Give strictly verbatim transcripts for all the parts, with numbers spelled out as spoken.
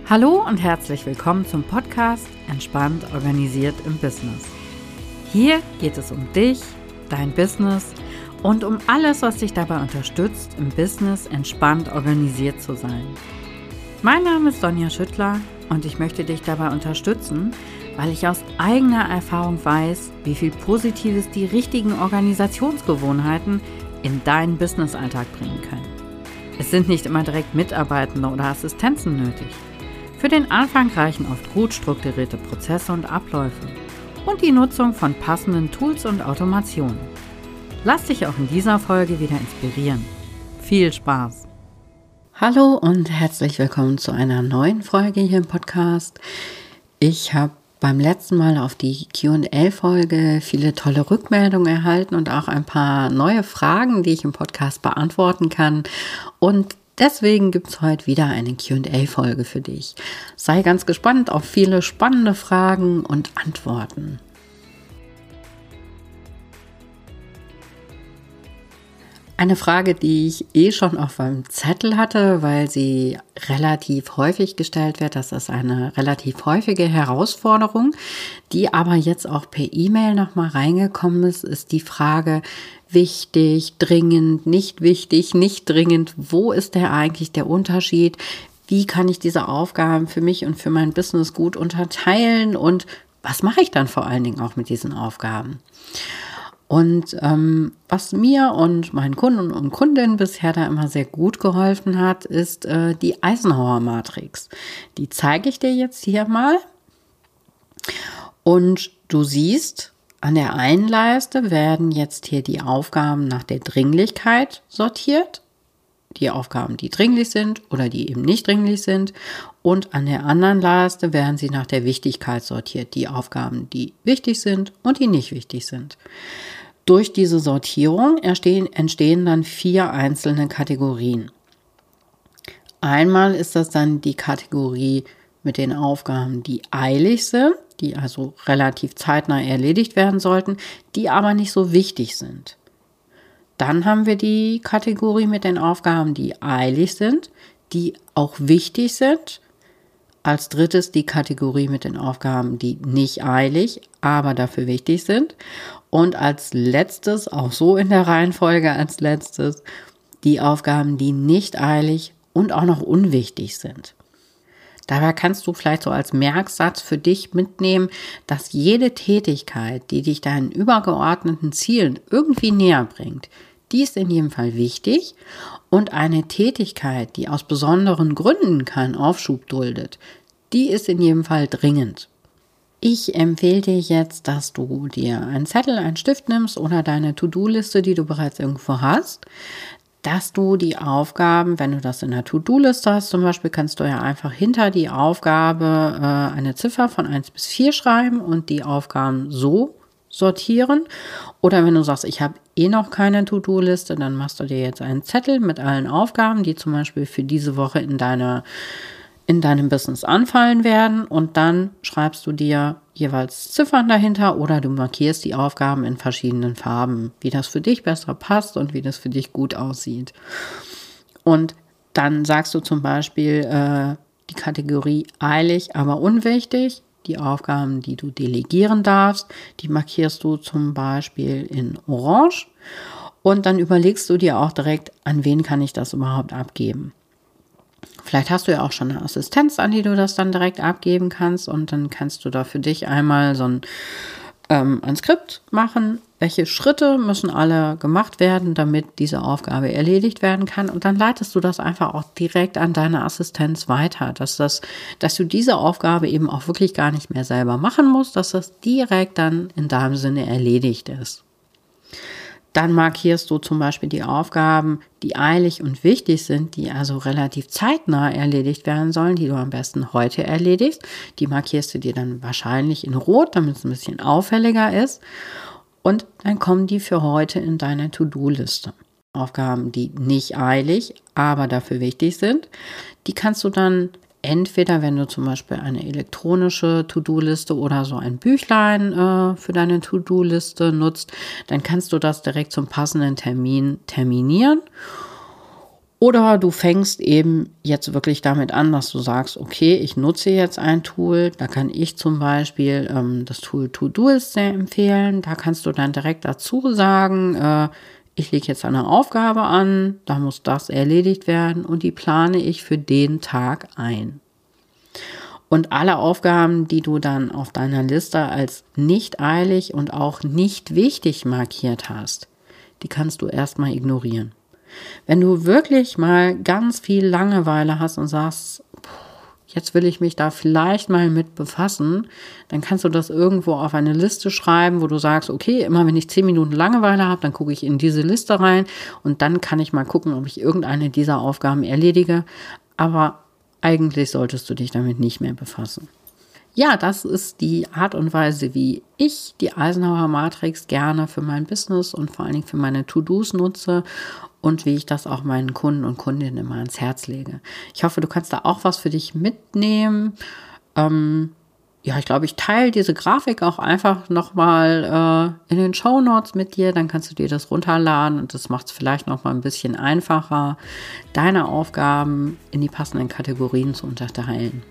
Hallo und herzlich willkommen zum Podcast Entspannt organisiert im Business. Hier geht es um dich, dein Business und um alles, was dich dabei unterstützt, im Business entspannt organisiert zu sein. Mein Name ist Sonja Schüttler und ich möchte dich dabei unterstützen, weil ich aus eigener Erfahrung weiß, wie viel Positives die richtigen Organisationsgewohnheiten in deinen Businessalltag bringen können. Es sind nicht immer direkt Mitarbeitende oder Assistenzen nötig. Für den Anfang reichen oft gut strukturierte Prozesse und Abläufe und die Nutzung von passenden Tools und Automationen. Lass dich auch in dieser Folge wieder inspirieren. Viel Spaß! Hallo und herzlich willkommen zu einer neuen Folge hier im Podcast. Ich habe beim letzten Mal auf die Q und A-Folge viele tolle Rückmeldungen erhalten und auch ein paar neue Fragen, die ich im Podcast beantworten kann. Und deswegen gibt es heute wieder eine Q und A-Folge für dich. Sei ganz gespannt auf viele spannende Fragen und Antworten. Eine Frage, die ich eh schon auf meinem Zettel hatte, weil sie relativ häufig gestellt wird. Das ist eine relativ häufige Herausforderung, die aber jetzt auch per E-Mail nochmal reingekommen ist, ist die Frage: wichtig, dringend, nicht wichtig, nicht dringend. Wo ist der eigentlich der Unterschied? Wie kann ich diese Aufgaben für mich und für mein Business gut unterteilen? Und was mache ich dann vor allen Dingen auch mit diesen Aufgaben? Und ähm, was mir und meinen Kunden und Kundinnen bisher da immer sehr gut geholfen hat, ist äh, die Eisenhower-Matrix. Die zeige ich dir jetzt hier mal. Und du siehst, an der einen Leiste werden jetzt hier die Aufgaben nach der Dringlichkeit sortiert. Die Aufgaben, die dringlich sind oder die eben nicht dringlich sind. Und an der anderen Leiste werden sie nach der Wichtigkeit sortiert. Die Aufgaben, die wichtig sind und die nicht wichtig sind. Durch diese Sortierung entstehen, entstehen dann vier einzelne Kategorien. Einmal ist das dann die Kategorie mit den Aufgaben, die eilig sind, die also relativ zeitnah erledigt werden sollten, die aber nicht so wichtig sind. Dann haben wir die Kategorie mit den Aufgaben, die eilig sind, die auch wichtig sind. Als drittes die Kategorie mit den Aufgaben, die nicht eilig, aber dafür wichtig sind. Und als letztes, auch so in der Reihenfolge als letztes, die Aufgaben, die nicht eilig und auch noch unwichtig sind. Dabei kannst du vielleicht so als Merksatz für dich mitnehmen, dass jede Tätigkeit, die dich deinen übergeordneten Zielen irgendwie näher bringt, die ist in jedem Fall wichtig, und eine Tätigkeit, die aus besonderen Gründen keinen Aufschub duldet, die ist in jedem Fall dringend. Ich empfehle dir jetzt, dass du dir einen Zettel, einen Stift nimmst oder deine To-Do-Liste, die du bereits irgendwo hast, dass du die Aufgaben, wenn du das in der To-Do-Liste hast zum Beispiel, kannst du ja einfach hinter die Aufgabe äh, eine Ziffer von eins bis vier schreiben und die Aufgaben so sortieren. Oder wenn du sagst, ich habe eh noch keine To-Do-Liste, dann machst du dir jetzt einen Zettel mit allen Aufgaben, die zum Beispiel für diese Woche in deiner in deinem Business anfallen werden, und dann schreibst du dir jeweils Ziffern dahinter oder du markierst die Aufgaben in verschiedenen Farben, wie das für dich besser passt und wie das für dich gut aussieht. Und dann sagst du zum Beispiel äh, die Kategorie eilig, aber unwichtig. Die Aufgaben, die du delegieren darfst, die markierst du zum Beispiel in Orange, und dann überlegst du dir auch direkt, an wen kann ich das überhaupt abgeben. Vielleicht hast du ja auch schon eine Assistenz, an die du das dann direkt abgeben kannst, und dann kannst du da für dich einmal so ein, ähm, ein Skript machen. Welche Schritte müssen alle gemacht werden, damit diese Aufgabe erledigt werden kann, und dann leitest du das einfach auch direkt an deine Assistenz weiter, dass das, dass du diese Aufgabe eben auch wirklich gar nicht mehr selber machen musst, dass das direkt dann in deinem Sinne erledigt ist. Dann markierst du zum Beispiel die Aufgaben, die eilig und wichtig sind, die also relativ zeitnah erledigt werden sollen, die du am besten heute erledigst. Die markierst du dir dann wahrscheinlich in Rot, damit es ein bisschen auffälliger ist. Und dann kommen die für heute in deine To-Do-Liste. Aufgaben, die nicht eilig, aber dafür wichtig sind, die kannst du dann entweder, wenn du zum Beispiel eine elektronische To-Do-Liste oder so ein Büchlein äh, für deine To-Do-Liste nutzt, dann kannst du das direkt zum passenden Termin terminieren Oder du fängst eben jetzt wirklich damit an, dass du sagst, okay, ich nutze jetzt ein Tool. Da kann ich zum Beispiel ähm, das Tool Todoist sehr empfehlen. Da kannst du dann direkt dazu sagen, äh, ich lege jetzt eine Aufgabe an, da muss das erledigt werden und die plane ich für den Tag ein. Und alle Aufgaben, die du dann auf deiner Liste als nicht eilig und auch nicht wichtig markiert hast, die kannst du erstmal ignorieren. Wenn du wirklich mal ganz viel Langeweile hast und sagst, jetzt will ich mich da vielleicht mal mit befassen, dann kannst du das irgendwo auf eine Liste schreiben, wo du sagst, okay, immer wenn ich zehn Minuten Langeweile habe, dann gucke ich in diese Liste rein und dann kann ich mal gucken, ob ich irgendeine dieser Aufgaben erledige. Aber eigentlich solltest du dich damit nicht mehr befassen. Ja, das ist die Art und Weise, wie ich die Eisenhower Matrix gerne für mein Business und vor allen Dingen für meine To-Dos nutze und wie ich das auch meinen Kunden und Kundinnen immer ans Herz lege. Ich hoffe, du kannst da auch was für dich mitnehmen. Ähm, ja, ich glaube, ich teile diese Grafik auch einfach nochmal äh, in den Shownotes mit dir. Dann kannst du dir das runterladen und das macht es vielleicht nochmal ein bisschen einfacher, deine Aufgaben in die passenden Kategorien zu unterteilen.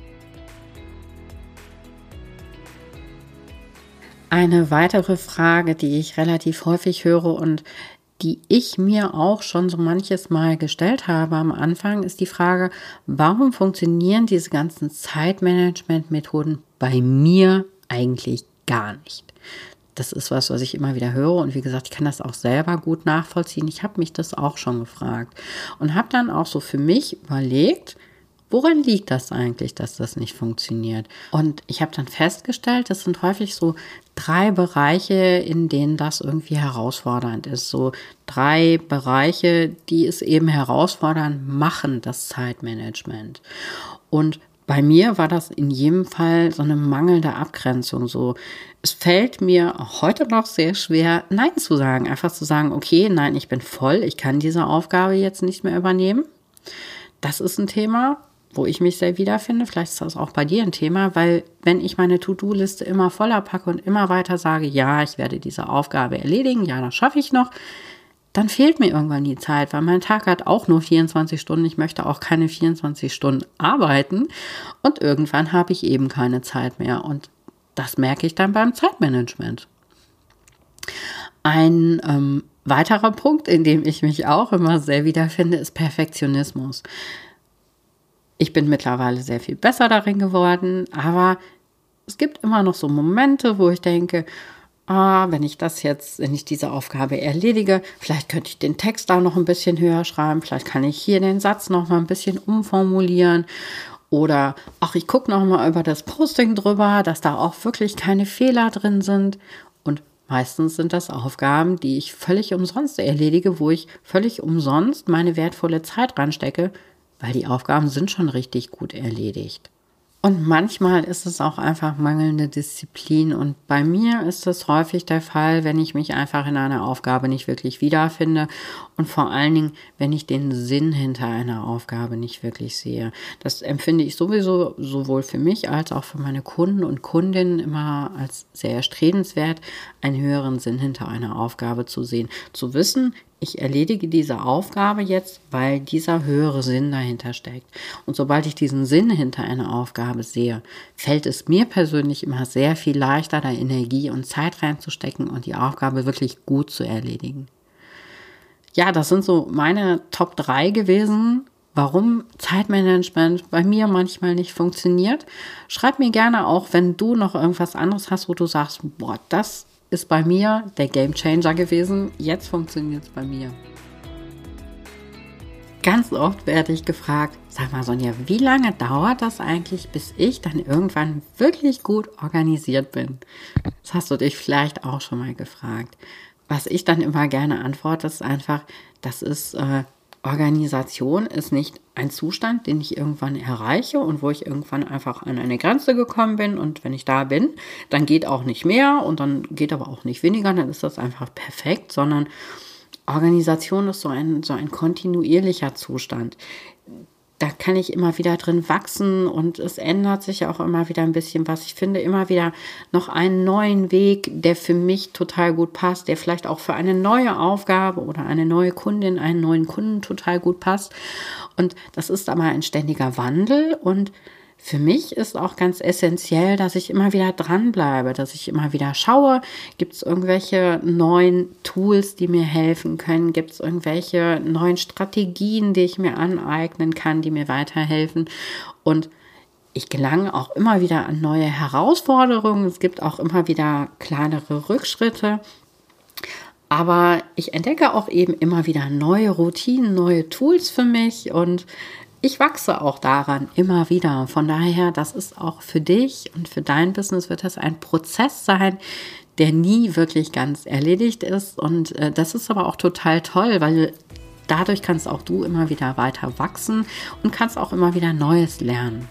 Eine weitere Frage, die ich relativ häufig höre und die ich mir auch schon so manches Mal gestellt habe am Anfang, ist die Frage, warum funktionieren diese ganzen Zeitmanagement-Methoden bei mir eigentlich gar nicht? Das ist was, was ich immer wieder höre und wie gesagt, ich kann das auch selber gut nachvollziehen. Ich habe mich das auch schon gefragt und habe dann auch so für mich überlegt, woran liegt das eigentlich, dass das nicht funktioniert? Und ich habe dann festgestellt, das sind häufig so drei Bereiche, in denen das irgendwie herausfordernd ist. So drei Bereiche, die es eben herausfordernd machen, das Zeitmanagement. Und bei mir war das in jedem Fall so eine mangelnde Abgrenzung. So, es fällt mir auch heute noch sehr schwer, Nein zu sagen. Einfach zu sagen, okay, nein, ich bin voll, ich kann diese Aufgabe jetzt nicht mehr übernehmen. Das ist ein Thema, wo ich mich sehr wiederfinde. Vielleicht ist das auch bei dir ein Thema, weil wenn ich meine To-Do-Liste immer voller packe und immer weiter sage, ja, ich werde diese Aufgabe erledigen, ja, das schaffe ich noch, dann fehlt mir irgendwann die Zeit, weil mein Tag hat auch nur vierundzwanzig Stunden. Ich möchte auch keine vierundzwanzig Stunden arbeiten und irgendwann habe ich eben keine Zeit mehr und das merke ich dann beim Zeitmanagement. Ein ähm, weiterer Punkt, in dem ich mich auch immer sehr wiederfinde, ist Perfektionismus. Ich bin mittlerweile sehr viel besser darin geworden, aber es gibt immer noch so Momente, wo ich denke, ah, wenn ich das jetzt, wenn ich diese Aufgabe erledige, vielleicht könnte ich den Text da noch ein bisschen höher schreiben, vielleicht kann ich hier den Satz noch mal ein bisschen umformulieren oder ach, ich gucke noch mal über das Posting drüber, dass da auch wirklich keine Fehler drin sind und meistens sind das Aufgaben, die ich völlig umsonst erledige, wo ich völlig umsonst meine wertvolle Zeit reinstecke, weil die Aufgaben sind schon richtig gut erledigt. Und manchmal ist es auch einfach mangelnde Disziplin und bei mir ist das häufig der Fall, wenn ich mich einfach in einer Aufgabe nicht wirklich wiederfinde und vor allen Dingen, wenn ich den Sinn hinter einer Aufgabe nicht wirklich sehe. Das empfinde ich sowieso sowohl für mich als auch für meine Kunden und Kundinnen immer als sehr erstrebenswert, einen höheren Sinn hinter einer Aufgabe zu sehen. Zu wissen, ich erledige diese Aufgabe jetzt, weil dieser höhere Sinn dahinter steckt. Und sobald ich diesen Sinn hinter einer Aufgabe sehe, fällt es mir persönlich immer sehr viel leichter, da Energie und Zeit reinzustecken und die Aufgabe wirklich gut zu erledigen. Ja, das sind so meine Top drei gewesen, warum Zeitmanagement bei mir manchmal nicht funktioniert. Schreib mir gerne auch, wenn du noch irgendwas anderes hast, wo du sagst, boah, das ist bei mir der Gamechanger gewesen. Jetzt funktioniert es bei mir. Ganz oft werde ich gefragt, sag mal Sonja, wie lange dauert das eigentlich, bis ich dann irgendwann wirklich gut organisiert bin? Das hast du dich vielleicht auch schon mal gefragt. Was ich dann immer gerne antworte, ist einfach, das ist äh, Organisation ist nicht ein Zustand, den ich irgendwann erreiche und wo ich irgendwann einfach an eine Grenze gekommen bin und wenn ich da bin, dann geht auch nicht mehr und dann geht aber auch nicht weniger, dann ist das einfach perfekt, sondern Organisation ist so ein, so ein kontinuierlicher Zustand. da kann ich immer wieder drin wachsen und es ändert sich auch immer wieder ein bisschen was. Ich finde immer wieder noch einen neuen Weg, der für mich total gut passt, der vielleicht auch für eine neue Aufgabe oder eine neue Kundin, einen neuen Kunden total gut passt. Und das ist aber ein ständiger Wandel und für mich ist auch ganz essentiell, dass ich immer wieder dranbleibe, dass ich immer wieder schaue, gibt es irgendwelche neuen Tools, die mir helfen können, gibt es irgendwelche neuen Strategien, die ich mir aneignen kann, die mir weiterhelfen. Und ich gelange auch immer wieder an neue Herausforderungen. Es gibt auch immer wieder kleinere Rückschritte. Aber ich entdecke auch eben immer wieder neue Routinen, neue Tools für mich und ich wachse auch daran immer wieder. Von daher, das ist auch für dich und für dein Business wird das ein Prozess sein, der nie wirklich ganz erledigt ist. Und äh, das ist aber auch total toll, weil dadurch kannst auch du immer wieder weiter wachsen und kannst auch immer wieder Neues lernen.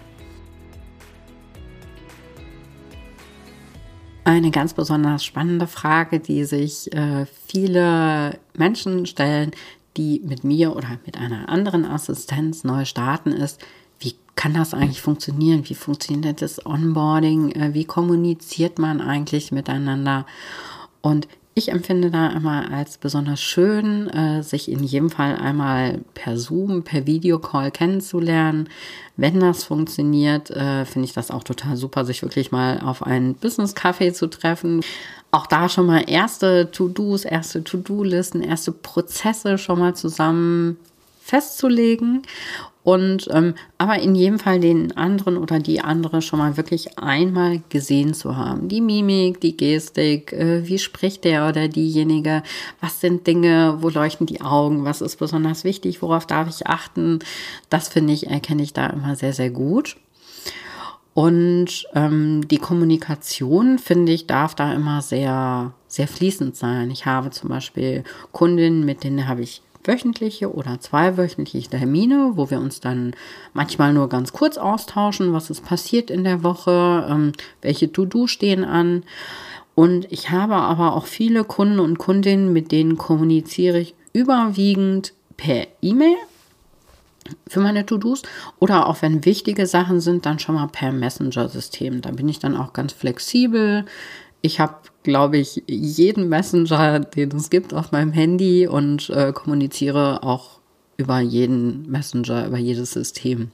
Eine ganz besonders spannende Frage, die sich äh, viele Menschen stellen, die mit mir oder mit einer anderen Assistenz neu starten, ist, wie kann das eigentlich funktionieren? Wie funktioniert das Onboarding? Wie kommuniziert man eigentlich miteinander? Und ich empfinde da immer als besonders schön, sich in jedem Fall einmal per Zoom, per Videocall kennenzulernen. Wenn das funktioniert, finde ich das auch total super, sich wirklich mal auf einen Business-Café zu treffen. Auch da schon mal erste To-Dos, erste To-Do-Listen, erste Prozesse schon mal zusammen festzulegen und ähm, aber in jedem Fall den anderen oder die andere schon mal wirklich einmal gesehen zu haben. Die Mimik, die Gestik, äh, wie spricht der oder diejenige, was sind Dinge, wo leuchten die Augen, was ist besonders wichtig, worauf darf ich achten, das finde ich, erkenne ich da immer sehr, sehr gut. Und ähm, die Kommunikation, finde ich, darf da immer sehr, sehr fließend sein. Ich habe zum Beispiel Kundinnen, mit denen habe ich wöchentliche oder zweiwöchentliche Termine, wo wir uns dann manchmal nur ganz kurz austauschen, was ist passiert in der Woche, ähm, welche To-Do stehen an. Und ich habe aber auch viele Kunden und Kundinnen, mit denen kommuniziere ich überwiegend per E-Mail für meine To-Dos oder auch wenn wichtige Sachen sind, dann schon mal per Messenger-System. Da bin ich dann auch ganz flexibel. Ich habe, glaube ich, jeden Messenger, den es gibt, auf meinem Handy und äh, kommuniziere auch über jeden Messenger, über jedes System.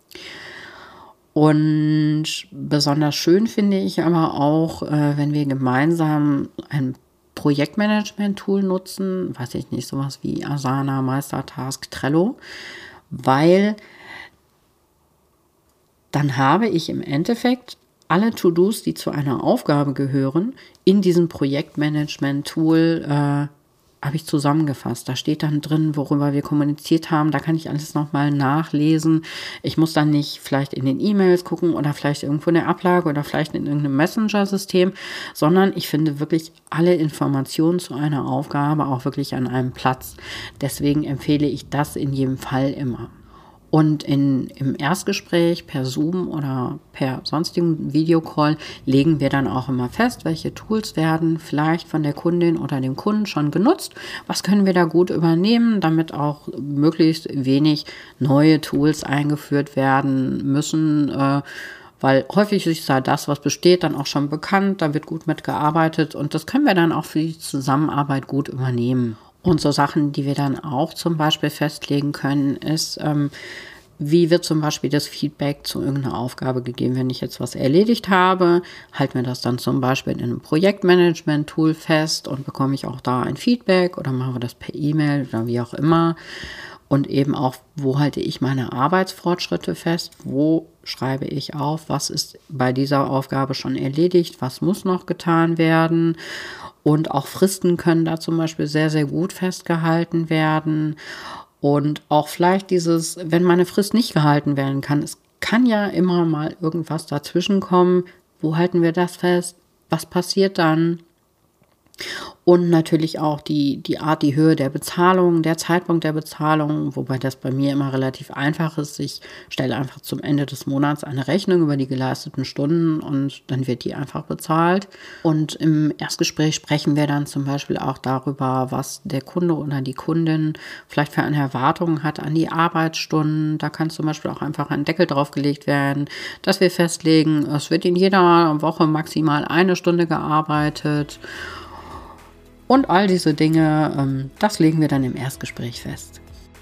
Und besonders schön finde ich aber auch, äh, wenn wir gemeinsam ein Projektmanagement-Tool nutzen, weiß ich nicht, sowas wie Asana, Meistertask, Trello, weil dann habe ich im Endeffekt alle To-Dos, die zu einer Aufgabe gehören, in diesem Projektmanagement-Tool äh, habe ich zusammengefasst. Da steht dann drin, worüber wir kommuniziert haben. Da kann ich alles nochmal nachlesen. Ich muss dann nicht vielleicht in den E-Mails gucken oder vielleicht irgendwo in der Ablage oder vielleicht in irgendeinem Messenger-System, sondern ich finde wirklich alle Informationen zu einer Aufgabe auch wirklich an einem Platz. Deswegen empfehle ich das in jedem Fall immer. Und in, im Erstgespräch per Zoom oder per sonstigen Videocall legen wir dann auch immer fest, welche Tools werden vielleicht von der Kundin oder dem Kunden schon genutzt. Was können wir da gut übernehmen, damit auch möglichst wenig neue Tools eingeführt werden müssen, äh, weil häufig ist ja das, was besteht, dann auch schon bekannt, da wird gut mitgearbeitet und das können wir dann auch für die Zusammenarbeit gut übernehmen. Und so Sachen, die wir dann auch zum Beispiel festlegen können, ist, ähm, wie wird zum Beispiel das Feedback zu irgendeiner Aufgabe gegeben, wenn ich jetzt was erledigt habe, halten wir das dann zum Beispiel in einem Projektmanagement-Tool fest und bekomme ich auch da ein Feedback oder machen wir das per E-Mail oder wie auch immer. Und eben auch, wo halte ich meine Arbeitsfortschritte fest, wo schreibe ich auf, was ist bei dieser Aufgabe schon erledigt, was muss noch getan werden. Und auch Fristen können da zum Beispiel sehr, sehr gut festgehalten werden. Und auch vielleicht dieses, wenn meine Frist nicht gehalten werden kann, es kann ja immer mal irgendwas dazwischen kommen. Wo halten wir das fest? Was passiert dann? Und natürlich auch die, die Art, die Höhe der Bezahlung, der Zeitpunkt der Bezahlung, wobei das bei mir immer relativ einfach ist. Ich stelle einfach zum Ende des Monats eine Rechnung über die geleisteten Stunden und dann wird die einfach bezahlt. Und im Erstgespräch sprechen wir dann zum Beispiel auch darüber, was der Kunde oder die Kundin vielleicht für eine Erwartung hat an die Arbeitsstunden. Da kann zum Beispiel auch einfach ein Deckel draufgelegt werden, dass wir festlegen, es wird in jeder Woche maximal eine Stunde gearbeitet. Und all diese Dinge, das legen wir dann im Erstgespräch fest.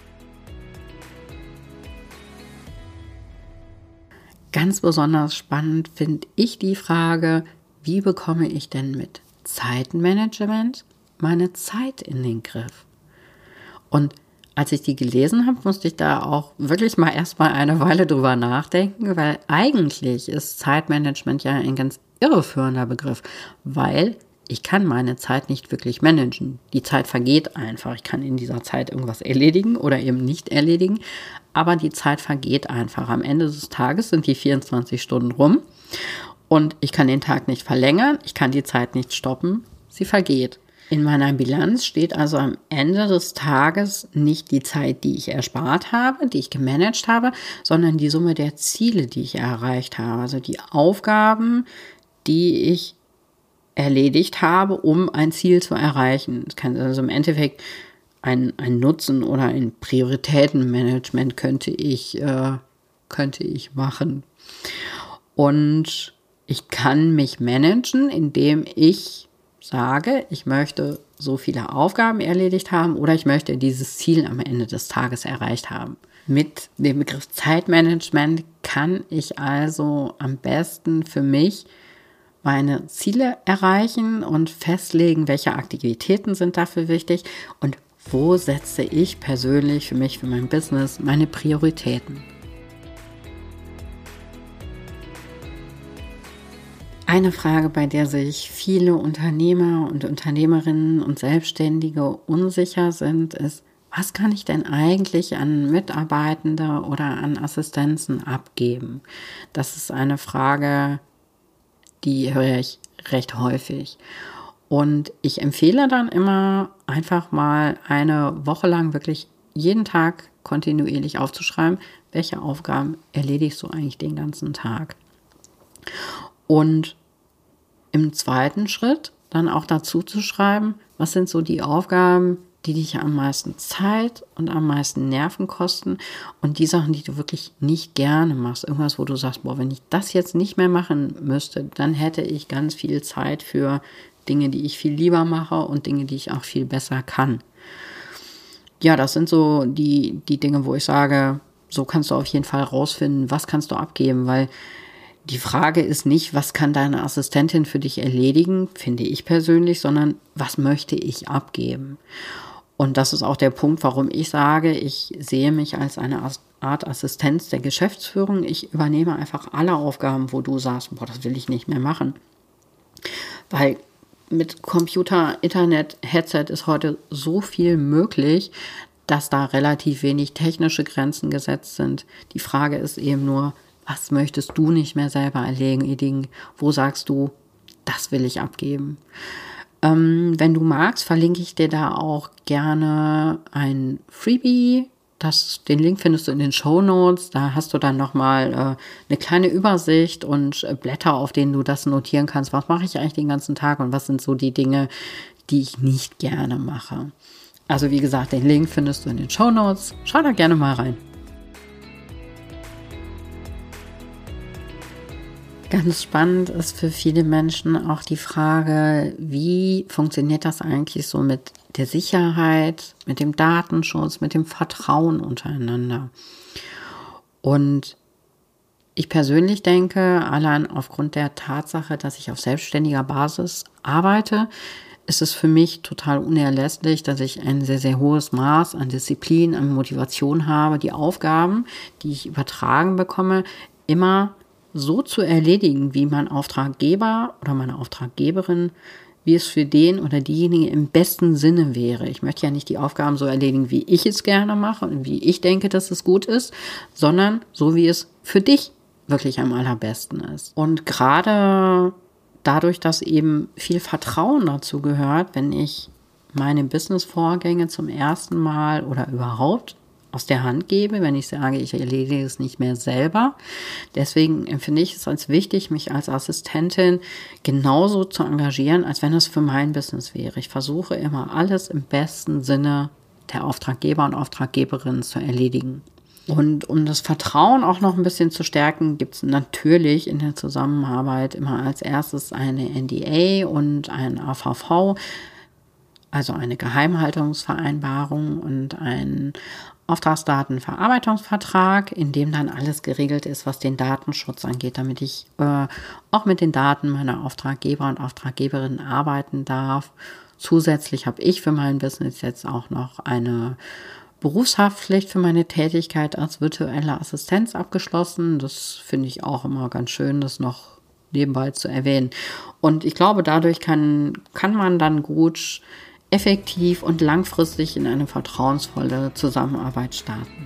Ganz besonders spannend finde ich die Frage, wie bekomme ich denn mit Zeitmanagement meine Zeit in den Griff? Und als ich die gelesen habe, musste ich da auch wirklich mal erstmal eine Weile drüber nachdenken, weil eigentlich ist Zeitmanagement ja ein ganz irreführender Begriff, weil ich kann meine Zeit nicht wirklich managen. Die Zeit vergeht einfach. Ich kann in dieser Zeit irgendwas erledigen oder eben nicht erledigen, aber die Zeit vergeht einfach. Am Ende des Tages sind die vierundzwanzig Stunden rum und ich kann den Tag nicht verlängern, ich kann die Zeit nicht stoppen, sie vergeht. In meiner Bilanz steht also am Ende des Tages nicht die Zeit, die ich erspart habe, die ich gemanagt habe, sondern die Summe der Ziele, die ich erreicht habe. Also die Aufgaben, die ich erledigt habe, um ein Ziel zu erreichen. Das kann also im Endeffekt ein, ein Nutzen oder ein Prioritätenmanagement könnte ich, äh, könnte ich machen. Und ich kann mich managen, indem ich sage, ich möchte so viele Aufgaben erledigt haben oder ich möchte dieses Ziel am Ende des Tages erreicht haben. Mit dem Begriff Zeitmanagement kann ich also am besten für mich meine Ziele erreichen und festlegen, welche Aktivitäten sind dafür wichtig und wo setze ich persönlich für mich, für mein Business meine Prioritäten. Eine Frage, bei der sich viele Unternehmer und Unternehmerinnen und Selbstständige unsicher sind, ist, was kann ich denn eigentlich an Mitarbeitende oder an Assistenzen abgeben? Das ist eine Frage, die höre ich recht häufig. Und ich empfehle dann immer einfach mal eine Woche lang wirklich jeden Tag kontinuierlich aufzuschreiben, welche Aufgaben erledigst du eigentlich den ganzen Tag. Und im zweiten Schritt dann auch dazu zu schreiben, was sind so die Aufgaben, die dich am meisten Zeit und am meisten Nerven kosten und die Sachen, die du wirklich nicht gerne machst. Irgendwas, wo du sagst, boah, wenn ich das jetzt nicht mehr machen müsste, dann hätte ich ganz viel Zeit für Dinge, die ich viel lieber mache und Dinge, die ich auch viel besser kann. Ja, das sind so die, die Dinge, wo ich sage, so kannst du auf jeden Fall rausfinden, was kannst du abgeben, weil die Frage ist nicht, was kann deine Assistentin für dich erledigen, finde ich persönlich, sondern was möchte ich abgeben? Und das ist auch der Punkt, warum ich sage, ich sehe mich als eine Art Assistenz der Geschäftsführung. Ich übernehme einfach alle Aufgaben, wo du sagst, boah, das will ich nicht mehr machen. Weil mit Computer, Internet, Headset ist heute so viel möglich, dass da relativ wenig technische Grenzen gesetzt sind. Die Frage ist eben nur, was möchtest du nicht mehr selber erledigen? Wo sagst du, das will ich abgeben? Ähm, wenn du magst, verlinke ich dir da auch gerne ein Freebie. Das, den Link findest du in den Shownotes. Da hast du dann nochmal äh, eine kleine Übersicht und äh, Blätter, auf denen du das notieren kannst. Was mache ich eigentlich den ganzen Tag und was sind so die Dinge, die ich nicht gerne mache? Also wie gesagt, den Link findest du in den Shownotes. Schau da gerne mal rein. Ganz spannend ist für viele Menschen auch die Frage, wie funktioniert das eigentlich so mit der Sicherheit, mit dem Datenschutz, mit dem Vertrauen untereinander. Und ich persönlich denke, allein aufgrund der Tatsache, dass ich auf selbstständiger Basis arbeite, ist es für mich total unerlässlich, dass ich ein sehr, sehr hohes Maß an Disziplin, an Motivation habe, die Aufgaben, die ich übertragen bekomme, immer so zu erledigen, wie mein Auftraggeber oder meine Auftraggeberin, wie es für den oder diejenige im besten Sinne wäre. Ich möchte ja nicht die Aufgaben so erledigen, wie ich es gerne mache und wie ich denke, dass es gut ist, sondern so, wie es für dich wirklich am allerbesten ist. Und gerade dadurch, dass eben viel Vertrauen dazu gehört, wenn ich meine Business-Vorgänge zum ersten Mal oder überhaupt aus der Hand gebe, wenn ich sage, ich erledige es nicht mehr selber. Deswegen empfinde ich es als wichtig, mich als Assistentin genauso zu engagieren, als wenn es für mein Business wäre. Ich versuche immer alles im besten Sinne der Auftraggeber und Auftraggeberin zu erledigen. Und um das Vertrauen auch noch ein bisschen zu stärken, gibt es natürlich in der Zusammenarbeit immer als erstes eine N D A und ein A V V, also eine Geheimhaltungsvereinbarung und ein Auftragsdatenverarbeitungsvertrag, in dem dann alles geregelt ist, was den Datenschutz angeht, damit ich äh, auch mit den Daten meiner Auftraggeber und Auftraggeberinnen arbeiten darf. Zusätzlich habe ich für mein Business jetzt auch noch eine Berufshaftpflicht für meine Tätigkeit als virtuelle Assistenz abgeschlossen. Das finde ich auch immer ganz schön, das noch nebenbei zu erwähnen. Und ich glaube, dadurch kann, kann man dann gut effektiv und langfristig in eine vertrauensvolle Zusammenarbeit starten.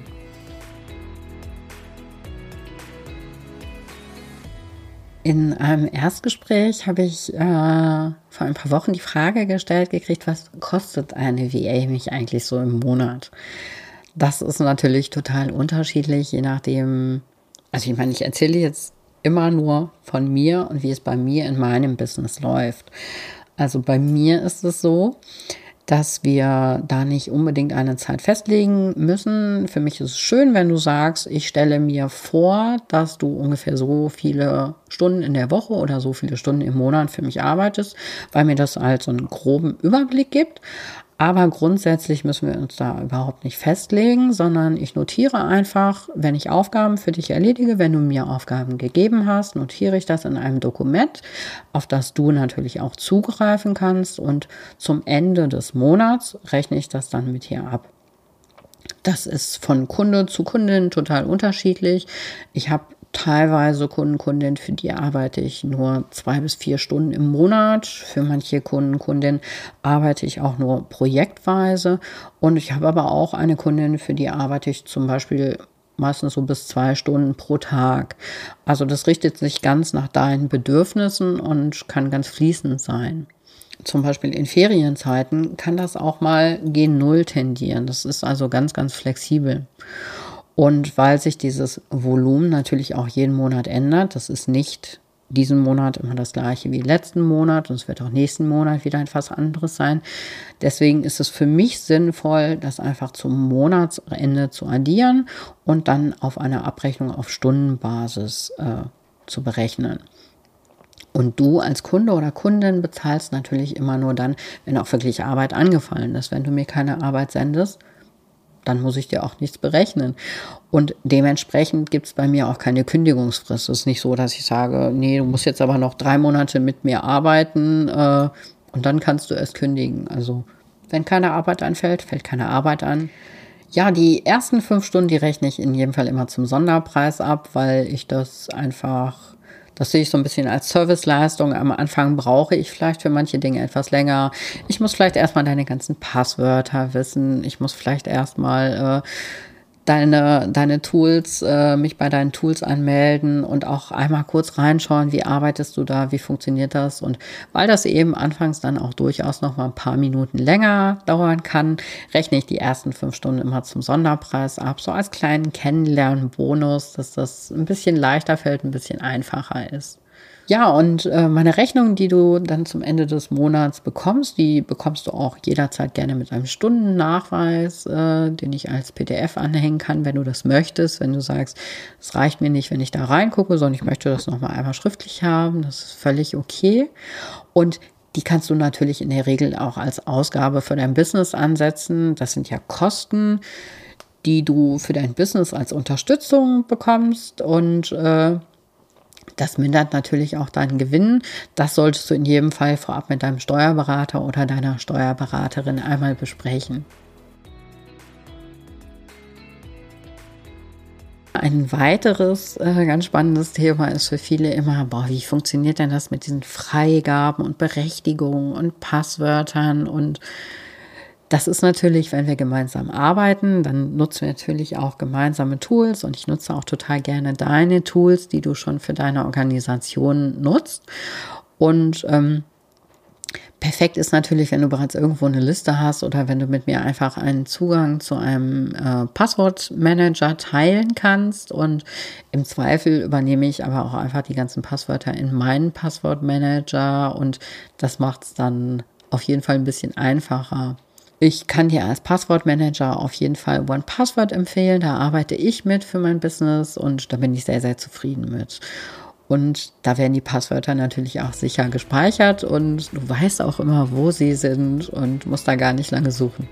In einem Erstgespräch habe ich äh, vor ein paar Wochen die Frage gestellt gekriegt, was kostet eine V A mich eigentlich so im Monat? Das ist natürlich total unterschiedlich, je nachdem, also ich meine, ich erzähle jetzt immer nur von mir und wie es bei mir in meinem Business läuft. Also bei mir ist es so, dass wir da nicht unbedingt eine Zeit festlegen müssen. Für mich ist es schön, wenn du sagst, ich stelle mir vor, dass du ungefähr so viele Stunden in der Woche oder so viele Stunden im Monat für mich arbeitest, weil mir das halt so einen groben Überblick gibt. Aber grundsätzlich müssen wir uns da überhaupt nicht festlegen, sondern ich notiere einfach, wenn ich Aufgaben für dich erledige, wenn du mir Aufgaben gegeben hast, notiere ich das in einem Dokument, auf das du natürlich auch zugreifen kannst, und zum Ende des Monats rechne ich das dann mit dir ab. Das ist von Kunde zu Kundin total unterschiedlich. Ich habe teilweise Kunden, Kundinnen, für die arbeite ich nur zwei bis vier Stunden im Monat. Für manche Kunden, Kundinnen arbeite ich auch nur projektweise. Und ich habe aber auch eine Kundin, für die arbeite ich zum Beispiel meistens so bis zwei Stunden pro Tag. Also das richtet sich ganz nach deinen Bedürfnissen und kann ganz fließend sein. Zum Beispiel in Ferienzeiten kann das auch mal gen Null tendieren. Das ist also ganz, ganz flexibel. Und weil sich dieses Volumen natürlich auch jeden Monat ändert, das ist nicht diesen Monat immer das gleiche wie letzten Monat, und es wird auch nächsten Monat wieder etwas anderes sein. Deswegen ist es für mich sinnvoll, das einfach zum Monatsende zu addieren und dann auf eine Abrechnung auf Stundenbasis äh, zu berechnen. Und du als Kunde oder Kundin bezahlst natürlich immer nur dann, wenn auch wirklich Arbeit angefallen ist. Wenn du mir keine Arbeit sendest, dann muss ich dir auch nichts berechnen. Und dementsprechend gibt es bei mir auch keine Kündigungsfrist. Es ist nicht so, dass ich sage, nee, du musst jetzt aber noch drei Monate mit mir arbeiten äh, und dann kannst du erst kündigen. Also wenn keine Arbeit anfällt, fällt keine Arbeit an. Ja, die ersten fünf Stunden, die rechne ich in jedem Fall immer zum Sonderpreis ab, weil ich das einfach... Das sehe ich so ein bisschen als Serviceleistung. Am Anfang brauche ich vielleicht für manche Dinge etwas länger. Ich muss vielleicht erstmal deine ganzen Passwörter wissen. Ich muss vielleicht erstmal äh, deine, deine Tools, äh, mich bei deinen Tools anmelden und auch einmal kurz reinschauen, wie arbeitest du da, wie funktioniert das. Und weil das eben anfangs dann auch durchaus noch mal ein paar Minuten länger dauern kann, rechne ich die ersten fünf Stunden immer zum Sonderpreis ab, so als kleinen Kennenlernen-Bonus, dass das ein bisschen leichter fällt, ein bisschen einfacher ist. Ja, und äh, meine Rechnung, die du dann zum Ende des Monats bekommst, die bekommst du auch jederzeit gerne mit einem Stundennachweis, äh, den ich als P D F anhängen kann, wenn du das möchtest. Wenn du sagst, es reicht mir nicht, wenn ich da reingucke, sondern ich möchte das nochmal einmal schriftlich haben, das ist völlig okay. Und die kannst du natürlich in der Regel auch als Ausgabe für dein Business ansetzen. Das sind ja Kosten, die du für dein Business als Unterstützung bekommst, und äh, das mindert natürlich auch deinen Gewinn. Das solltest du in jedem Fall vorab mit deinem Steuerberater oder deiner Steuerberaterin einmal besprechen. Ein weiteres äh, ganz spannendes Thema ist für viele immer, boah, wie funktioniert denn das mit diesen Freigaben und Berechtigungen und Passwörtern? Und das ist natürlich, wenn wir gemeinsam arbeiten, dann nutzen wir natürlich auch gemeinsame Tools, und ich nutze auch total gerne deine Tools, die du schon für deine Organisation nutzt. Und ähm, perfekt ist natürlich, wenn du bereits irgendwo eine Liste hast oder wenn du mit mir einfach einen Zugang zu einem äh, Passwortmanager teilen kannst. Und im Zweifel übernehme ich aber auch einfach die ganzen Passwörter in meinen Passwortmanager und das macht es dann auf jeden Fall ein bisschen einfacher. Ich kann dir als Passwortmanager auf jeden Fall One Password empfehlen. Da arbeite ich mit für mein Business und da bin ich sehr, sehr zufrieden mit. Und da werden die Passwörter natürlich auch sicher gespeichert und du weißt auch immer, wo sie sind und musst da gar nicht lange suchen.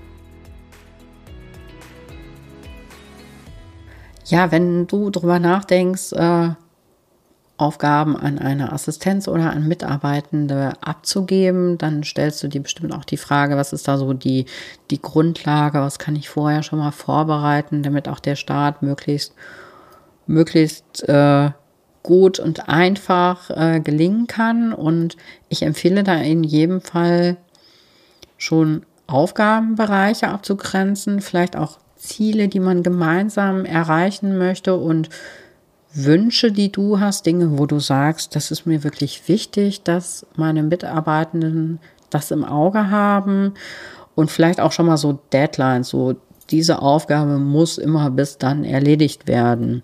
Ja, wenn du drüber nachdenkst, äh, Aufgaben an eine Assistenz oder an Mitarbeitende abzugeben, dann stellst du dir bestimmt auch die Frage, was ist da so die, die Grundlage, was kann ich vorher schon mal vorbereiten, damit auch der Start möglichst, möglichst äh, gut und einfach äh, gelingen kann. Und ich empfehle da in jedem Fall schon Aufgabenbereiche abzugrenzen, vielleicht auch Ziele, die man gemeinsam erreichen möchte und Wünsche, die du hast, Dinge, wo du sagst, das ist mir wirklich wichtig, dass meine Mitarbeitenden das im Auge haben und vielleicht auch schon mal so Deadlines, so diese Aufgabe muss immer bis dann erledigt werden.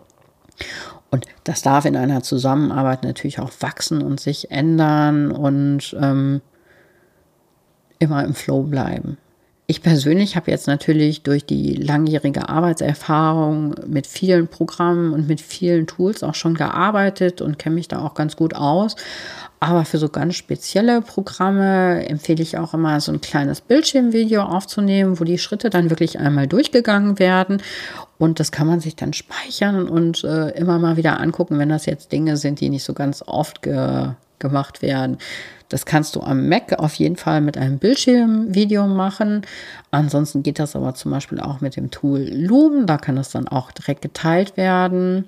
Und das darf in einer Zusammenarbeit natürlich auch wachsen und sich ändern und ähm, immer im Flow bleiben. Ich persönlich habe jetzt natürlich durch die langjährige Arbeitserfahrung mit vielen Programmen und mit vielen Tools auch schon gearbeitet und kenne mich da auch ganz gut aus. Aber für so ganz spezielle Programme empfehle ich auch immer, so ein kleines Bildschirmvideo aufzunehmen, wo die Schritte dann wirklich einmal durchgegangen werden. Und das kann man sich dann speichern und äh, immer mal wieder angucken, wenn das jetzt Dinge sind, die nicht so ganz oft ge- gemacht werden. Das kannst du am Mac auf jeden Fall mit einem Bildschirmvideo machen. Ansonsten geht das aber zum Beispiel auch mit dem Tool Loom. Da kann das dann auch direkt geteilt werden.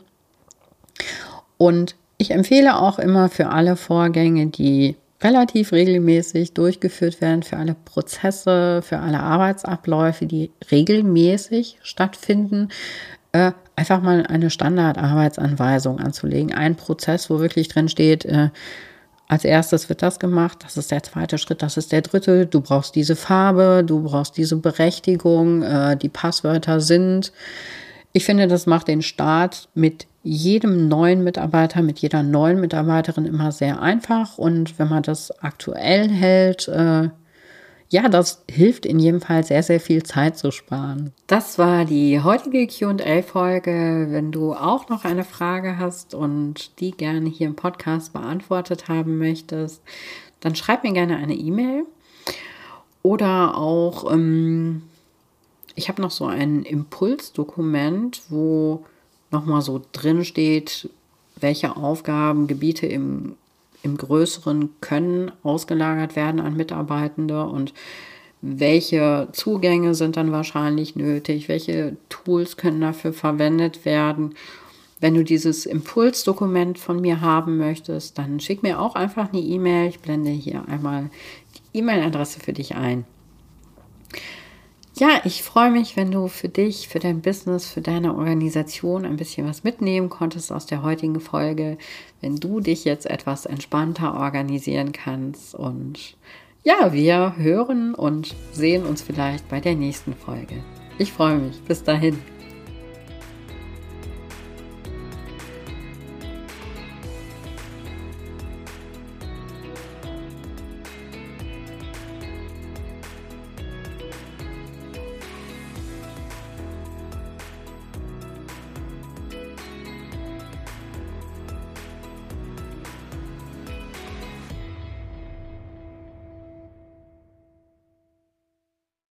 Und ich empfehle auch immer für alle Vorgänge, die relativ regelmäßig durchgeführt werden, für alle Prozesse, für alle Arbeitsabläufe, die regelmäßig stattfinden, äh, einfach mal eine Standardarbeitsanweisung anzulegen. Ein Prozess, wo wirklich drin steht, äh, als erstes wird das gemacht, das ist der zweite Schritt, das ist der dritte. Du brauchst diese Farbe, du brauchst diese Berechtigung, äh, die Passwörter sind. Ich finde, das macht den Start mit jedem neuen Mitarbeiter, mit jeder neuen Mitarbeiterin immer sehr einfach. Und wenn man das aktuell hält, äh, ja, das hilft in jedem Fall sehr, sehr viel Zeit zu sparen. Das war die heutige Q und A-Folge. Wenn du auch noch eine Frage hast und die gerne hier im Podcast beantwortet haben möchtest, dann schreib mir gerne eine E-Mail. Oder auch, ähm, ich habe noch so ein Impulsdokument, wo nochmal so drin steht, welche Aufgabengebiete im im größeren können ausgelagert werden an Mitarbeitende und welche Zugänge sind dann wahrscheinlich nötig, welche Tools können dafür verwendet werden. Wenn du dieses Impulsdokument von mir haben möchtest, dann schick mir auch einfach eine E-Mail. Ich blende hier einmal die E-Mail-Adresse für dich ein. Ja, ich freue mich, wenn du für dich, für dein Business, für deine Organisation ein bisschen was mitnehmen konntest aus der heutigen Folge, wenn du dich jetzt etwas entspannter organisieren kannst. Und ja, wir hören und sehen uns vielleicht bei der nächsten Folge. Ich freue mich. Bis dahin.